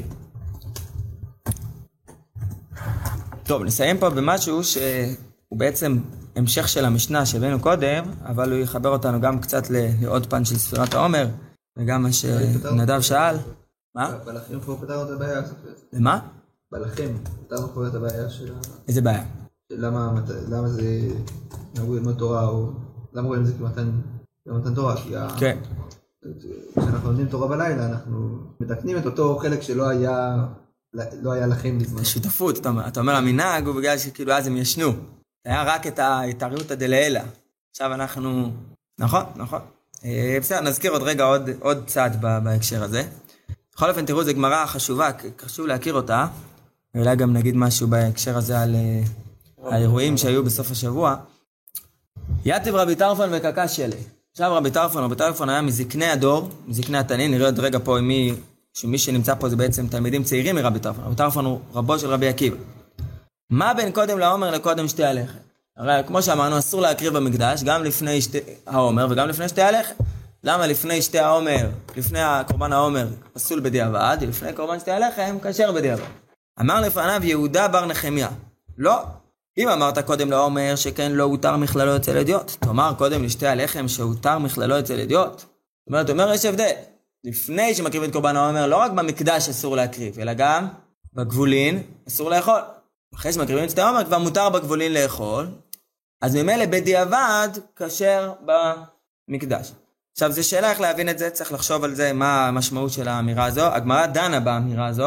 טוב, נסיים פה במשהו שהוא בעצם המשך של המשנה שהבאנו קודם, אבל הוא יחבר אותנו גם קצת לעוד פן של ספירת העומר, וגם מה שנדב שאל. מה? בלחם כבר פתרנו את הבעיה. למה? בלחם פתרנו כבר את הבעיה של... איזה בעיה? למה זה נהגו ללמוד תורה, או למה רואים את זה כמתן תורה? כן. כשאנחנו לומדים תורה בלילה, אנחנו מתקנים את אותו חלק שלא היה לכם בזמן. שותפות, אתה אומר, המנהג הוא בגלל שכאילו אז הם ישנו. היה רק את ההתאריות הדלעילה. עכשיו אנחנו... נכון. בסדר, נזכיר עוד רגע עוד צעד בהקשר הזה. בכל אופן, תראו, זו גמרא חשובה, חשוב להכיר אותה. ואולי גם נגיד משהו בהקשר הזה על האירועים שהיו בסוף השבוע. יתיב רבי טרפון וקקא שלי. עכשיו רבי טרפון היה מזקני הדור, מזקני התנין, נראה עוד רגע פה שמי שנמצא פה זה בעצם תלמידים צעירים מרבי טרפון. רבי טרפון הוא רבו של רבי עקיבא. מה בין קודם לעומר לקודם שתי הלחם? הרי כמו שאמרנו, אסור להקריב במקדש, גם לפני שתי העומר וגם לפני שתי הלחם. למה לפני שתי העומר, לפני קורבן העומר, פסול בדיעבד, ולפני קורבן שתי הלחם, כשר בדיעבד. אמר לפניו יהודה בר נחמיה. לא, אם אמרת קודם לעומר שכן לא הותר מכללו אצל אדיוט, תאמר קודם לשתי הלחם שהותר מכללו אצל אדיוט. זאת אומרת, אומר יש הבדל. לפני שמקריבים את קורבן העומר, לא רק במקדש אסור להקריב, אלא גם בגבולין אסור לאכול. אחרי שמקריבים את שתי העומר, כבר מותר בגבולין לאכול, אז ממילא בדיעבד כשר במקדש. עכשיו, זו שאלה איך להבין את זה, צריך לחשוב על זה, מה המשמעות של האמירה הזו. הגמרא דנה באמירה הזו.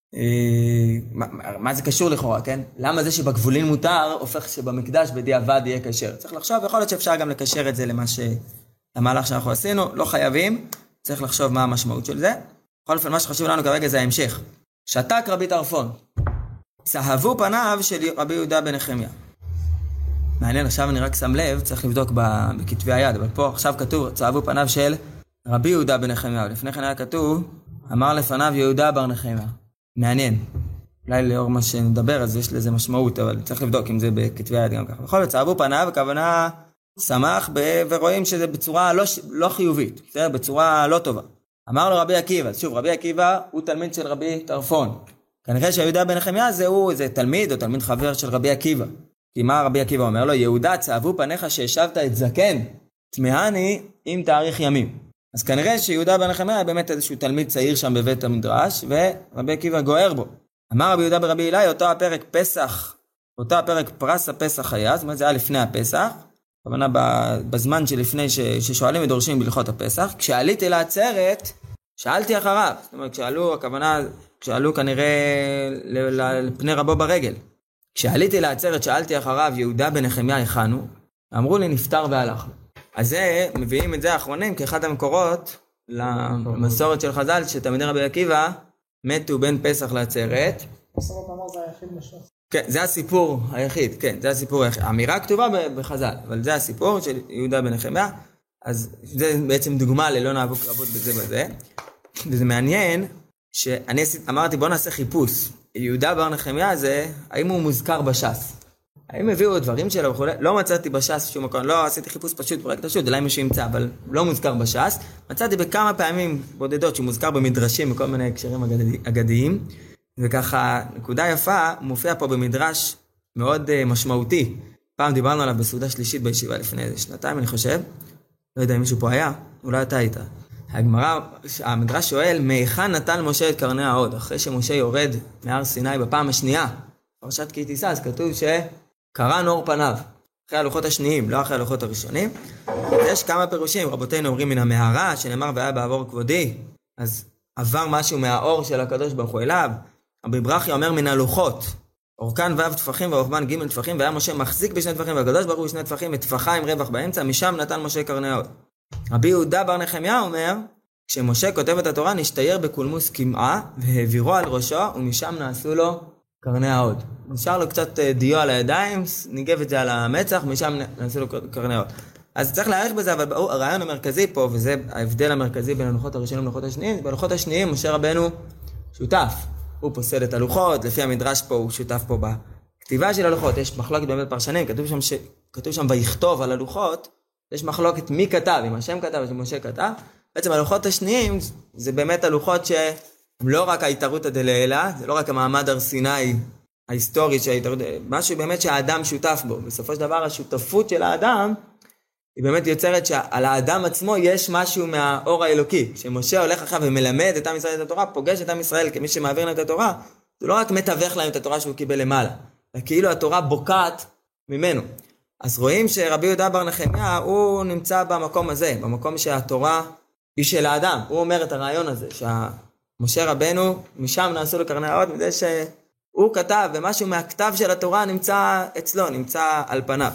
מה זה קשור לכאורה, כן? למה זה שבגבולין מותר, הופך שבמקדש בדיעבד יהיה כשר? צריך לחשוב, יכול להיות שאפשר גם לקשר את זה למהלך שאנחנו עשינו, לא חייבים, צריך לחשוב מה המשמעות של זה. בכל אופן, מה שחשוב לנו כרגע זה ההמשך. שתק רבי טרפון, צהבו פניו של רבי יהודה בן נחמיה. מעניין, עכשיו אני רק שם לב, צריך לבדוק בכתבי היד, אבל פה עכשיו כתוב, צהבו פניו של רבי יהודה בן נחמיה, ולפני כן היה כתוב, אמר לפניו יהודה בר נחמיה. מעניין. אולי לאור מה שנדבר, אז יש לזה משמעות, אבל צריך לבדוק אם זה בכתבי היד גם ככה. בכל זאת, צהבו פניו, הכוונה שמח ורואים שזה בצורה לא חיובית, בצורה לא טובה. אמר לו רבי עקיבא, שוב, רבי עקיבא הוא תלמיד של רבי טרפון. כנראה שיהודה בן נחמיה זה תלמיד או תלמיד חבר של רבי עקיבא. כי מה רבי עקיבא אומר לו? יהודה, צהבו פניך שהשבת את זקן, תמהני עם תאריך ימים. אז כנראה שיהודה בן נחמיה היה באמת איזשהו תלמיד צעיר שם בבית המדרש, ורבי עקיבא גוער בו. אמר רבי יהודה ברבי אלי, אותו הפרק פסח, אותו הפרק פרס הפסח היה, זאת אומרת זה היה לפני הפסח, הכוונה בזמן שלפני ששואלים ודורשים בהלכות הפסח, כשעליתי לעצרת, שאלתי אחריו, זאת אומרת כשעלו כנראה לפני רבו ברגל. כשעליתי לעצרת, שאלתי אחריו, יהודה בן נחמיה היכנו, אמרו לי נפטר והלכנו. אז זה, מביאים את זה האחרונים כאחד המקורות למסורת של חז"ל, שתלמידי רבי עקיבא מתו בין פסח לעצרת. מסורת אמר זה היחיד בש"ס. כן, זה הסיפור היחיד, כן, זה הסיפור היחיד. האמירה כתובה בחז"ל, אבל זה הסיפור של יהודה בן נחמיה, אז זה בעצם דוגמה ללא נהגו קרבות בזה. וזה מעניין שאני אמרתי בוא נעשה חיפוש. יהודה בר נחמיה הזה, האם הוא מוזכר בש"ס? האם הביאו דברים שלו וכו'? לא מצאתי בש"ס שום מקום, לא עשיתי חיפוש פשוט פרויקט פשוט, אולי מישהו ימצא, אבל לא מוזכר בש"ס. מצאתי בכמה פעמים בודדות שהוא מוזכר במדרשים, בכל מיני הקשרים אגדיים, וככה נקודה יפה, הוא מופיע פה במדרש מאוד משמעותי. פעם דיברנו עליו בסעודה שלישית בישיבה לפני איזה שנתיים, אני חושב. לא יודע אם מישהו פה היה, אולי אתה היית. המדרש שואל, מהיכן נטל משה את קרני ההוד? אחרי שמשה יורד מהר סיני בפעם השנייה, פרשת כי תישא, אז כתוב שקרן אור פניו, אחרי הלוחות השניים, לא אחרי הלוחות הראשונים. יש כמה פירושים, רבותינו אומרים מן המערה, שנאמר והיה בעבור כבודי, אז עבר משהו מהאור של הקדוש ברוך הוא אליו. רבי ברכיה אומר מן הלוחות, אורכן ו' טפחים ורוחבן ג' טפחים, והיה משה מחזיק בשני טפחים, והקדוש ברוך הוא בשני טפחים, וטפחה עם רווח באמצע, משם נתן משה קרני ההוד. רבי יהודה בר נחמיה אומר, כשמשה כותב את התורה נשתייר בקולמוס קמעה, והעבירו על ראשו, ומשם נעשו לו קרני ההוד. נשאר לו קצת דיו על הידיים, ניגב את זה על המצח, משם נעשו לו קרני ההוד. אז צריך להעריך בזה, אבל הרעיון המרכזי פה, וזה ההבדל המרכזי בין הלוחות הראשונים ללוחות השניים, בלוחות השניים משה רבנו שותף. הוא פוסל את הלוחות, לפי המדרש פה הוא שותף פה בכתיבה של הלוחות. יש מחלוקת באמת פרשנים, כתוב שם ויכתוב על הלוחות, יש מחלוקת מי כתב, אם השם כתב, אם משה כתב. בעצם הלוחות השניים זה באמת הלוחות שהם לא רק ההתערותא דלעילא, זה לא רק המעמד הר סיני ההיסטורי, משהו באמת שהאדם שותף בו. בסופו של דבר השותפות של האדם היא באמת יוצרת שעל האדם עצמו יש משהו מהאור האלוקי. כשמשה הולך אחריו ומלמד את עם ישראל את התורה, פוגש את עם ישראל כמי שמעביר להם את התורה, זה לא רק מתווך להם את התורה שהוא קיבל למעלה, אלא כאילו התורה בוקעת ממנו. אז רואים שרבי יהודה בר נחמיה הוא נמצא במקום הזה, במקום שהתורה היא של האדם. הוא אומר את הרעיון הזה, שמשה רבנו משם נעשו לו קרני ההוד, מזה שהוא כתב ומשהו מהכתב של התורה נמצא אצלו, נמצא על פניו.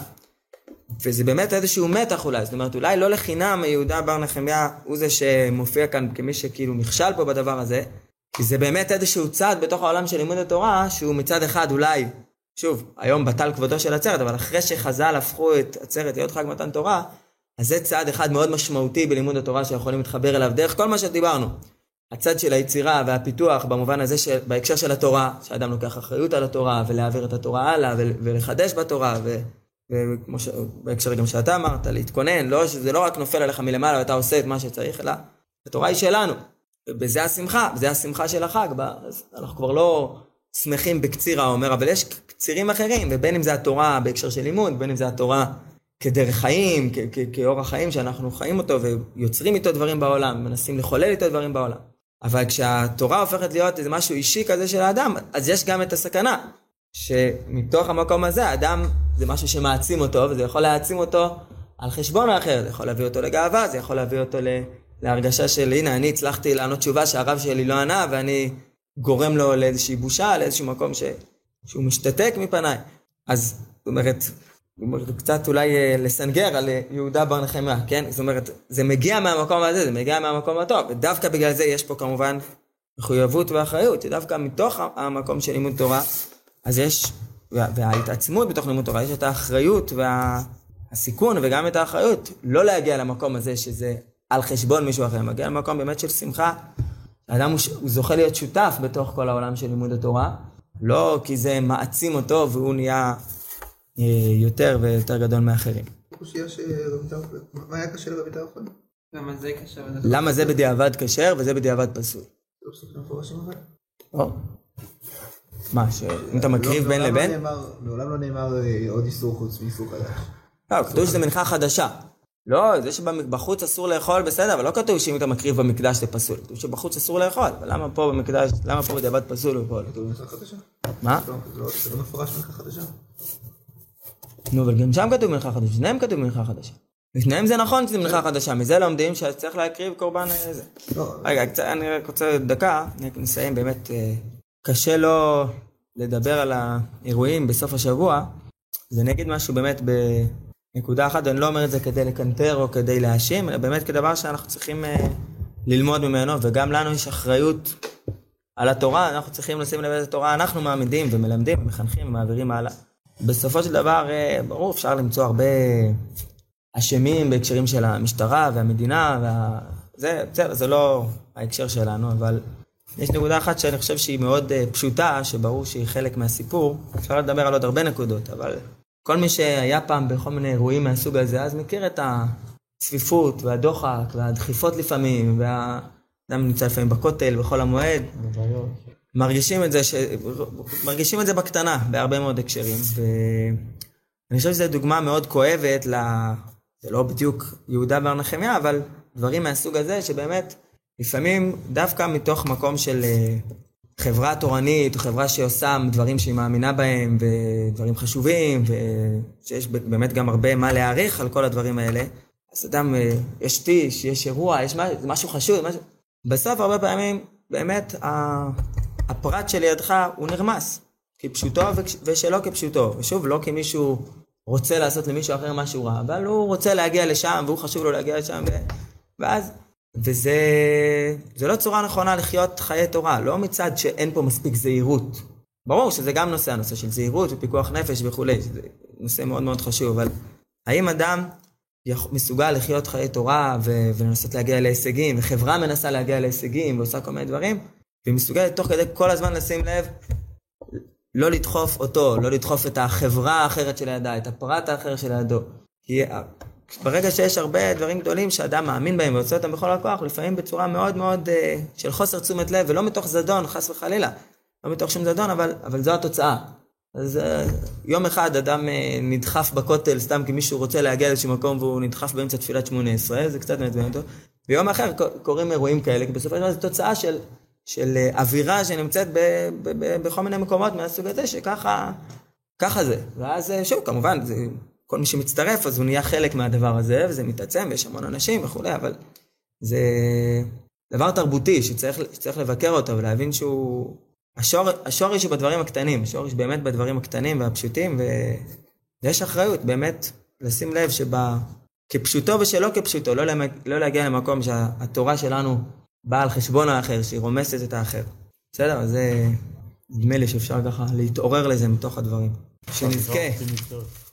וזה באמת איזשהו מתח אולי, זאת אומרת אולי לא לחינם יהודה בר נחמיה הוא זה שמופיע כאן כמי שכאילו נכשל פה בדבר הזה, כי זה באמת איזשהו צד בתוך העולם של לימוד התורה, שהוא מצד אחד אולי, שוב, היום בטל כבודו של עצרת, אבל אחרי שחז"ל הפכו את עצרת להיות חג מתן תורה, אז זה צד אחד מאוד משמעותי בלימוד התורה שיכולים להתחבר אליו דרך כל מה שדיברנו. הצד של היצירה והפיתוח במובן הזה בהקשר של התורה, שאדם לוקח אחריות על התורה ולהעביר את התורה הלאה ולחדש בתורה בהקשר גם שאתה אמרת, להתכונן, לא, שזה לא רק נופל עליך מלמעלה ואתה עושה את מה שצריך, אלא התורה היא שלנו. ובזה השמחה, זה השמחה של החג, אז אנחנו כבר לא שמחים בקציר האומר, אבל יש צירים אחרים, ובין אם זה התורה בהקשר של לימוד, בין אם זה התורה כדרך חיים, כאורח חיים שאנחנו חיים אותו ויוצרים איתו דברים בעולם, מנסים לחולל איתו דברים בעולם. אבל כשהתורה הופכת להיות איזה משהו אישי כזה של האדם, אז יש גם את הסכנה, שמתוך המקום הזה, האדם זה משהו שמעצים אותו, וזה יכול להעצים אותו על חשבון האחר, זה יכול להביא אותו לגאווה, זה יכול להביא אותו להרגשה של, הנה, אני הצלחתי לענות תשובה שהרב שלי לא ענה, ואני גורם לו לאיזושהי בושה, לאיזשהו מקום שהוא משתתק מפניי. אז, זאת אומרת, קצת אולי לסנגר על יהודה בר נחמיה, כן? זאת אומרת, זה מגיע מהמקום הזה, זה מגיע מהמקום הטוב, ודווקא בגלל זה יש פה כמובן מחויבות ואחריות, שדווקא מתוך המקום של לימוד תורה, אז יש, וההתעצמות בתוך לימוד תורה, יש את האחריות והסיכון וגם את האחריות, לא להגיע למקום הזה שזה על חשבון מישהו אחר, מגיע למקום באמת של שמחה, האדם הוא זוכה להיות שותף בתוך כל העולם של לימוד התורה, לא כי זה מעצים אותו והוא נהיה יותר ויותר גדול מאחרים. מה היה קשה לרבי טרפון? למה זה קשה? למה זה בדיעבד כשר וזה בדיעבד פסול? לא פסוקים מפורשים אבל? מה, שאם אתה מקריב בין לבין? מעולם לא נאמר עוד איסור חוץ מאיסור חדש. לא, כתוב שזה מנחה חדשה. לא, זה שבחוץ אסור לאכול בסדר, אבל לא כתוב שאם אתה מקריב במקדש זה פסול. כתוב שבחוץ אסור לאכול, אבל למה פה במקדש, למה פה בדיעבד פסול לאכול? כתוב מנחה חדשה? מה? זה לא מפורש מנחה חדשה. נו, אבל גם שם כתוב מנחה חדשה, שניהם כתוב מנחה חדשה. לשניהם זה נכון שזה מנחה חדשה, מזה לומדים שצריך להקריב קורבן איזה. רגע, אני רק רוצה דקה, נסיים באמת, קשה לו לדבר על האירועים בסוף השבוע, זה נגיד משהו באמת בנקודה אחת, אני לא אומר את זה כדי לקנטר או כדי להאשים, אלא באמת כדבר שאנחנו צריכים ללמוד ממנו, וגם לנו יש אחריות על התורה, אנחנו צריכים לשים לב איזה תורה, אנחנו מעמידים ומלמדים ומחנכים ומעבירים הלאה. בסופו של דבר, ברור, אפשר למצוא הרבה אשמים בהקשרים של המשטרה והמדינה, זה לא ההקשר שלנו, אבל יש נקודה אחת שאני חושב שהיא מאוד פשוטה, שברור שהיא חלק מהסיפור, אפשר לדבר על עוד הרבה נקודות, אבל כל מי שהיה פעם בכל מיני אירועים מהסוג הזה, אז מכיר את הצפיפות והדוחק והדחיפות לפעמים, והאדם נמצא לפעמים בכותל, בכל המועד, מרגישים את זה בקטנה, בהרבה מאוד הקשרים, ואני חושב שזו דוגמה מאוד כואבת, זה לא בדיוק יהודה בר נחמיה, אבל דברים מהסוג הזה שבאמת, לפעמים דווקא מתוך מקום של חברה תורנית, או חברה שעושה דברים שהיא מאמינה בהם, ודברים חשובים, ושיש באמת גם הרבה מה להעריך על כל הדברים האלה, אז אדם, יש טיש, יש אירוע, יש משהו חשוב, בסוף הרבה פעמים, באמת, הפרט שלידך הוא נרמס, כפשוטו ושלא כפשוטו, ושוב, לא כמישהו רוצה לעשות למישהו אחר משהו רע, אבל הוא רוצה להגיע לשם, והוא חשוב לו להגיע לשם, ואז, זה לא צורה נכונה לחיות חיי תורה, לא מצד שאין פה מספיק זהירות. ברור שזה גם הנושא של זהירות ופיקוח נפש וכו', זה נושא מאוד מאוד חשוב, אבל האם אדם מסוגל לחיות חיי תורה ולנסות להגיע להישגים, וחברה מנסה להגיע להישגים ועושה כל מיני דברים, והיא מסוגלת תוך כדי כל הזמן לשים לב, לא לדחוף אותו, לא לדחוף את החברה האחרת של הידה, את הפרט האחר של הידו. כי ברגע שיש הרבה דברים גדולים שאדם מאמין בהם ועושה אותם בכל הכוח, לפעמים בצורה מאוד מאוד של חוסר תשומת לב, ולא מתוך זדון, חס וחלילה, לא מתוך שום זדון, אבל זו התוצאה. אז יום אחד אדם נדחף בכותל, סתם כי מישהו רוצה להגיע לאיזשהו מקום, והוא נדחף באמצע תפילת 18, זה קצת מעצבן אותו, ויום אחר קוראים אירועים כאלה, כי בסופו של דבר זו תוצאה של אווירה שנמצאת בכל מיני מקומות מהסוג הזה, שככה זה. ואז שוב, כמובן, כל מי שמצטרף, אז הוא נהיה חלק מהדבר הזה, וזה מתעצם, ויש המון אנשים וכו', אבל זה דבר תרבותי שצריך לבקר אותו, ולהבין שהוא, השורש הוא בדברים הקטנים, השורש באמת בדברים הקטנים והפשוטים, ויש אחריות באמת לשים לב כפשוטו ושלא כפשוטו, לא להגיע למקום שהתורה שלנו באה על חשבון האחר, שהיא רומסת את האחר. בסדר? אז זה נדמה לי שאפשר ככה להתעורר לזה מתוך הדברים. שנזכה.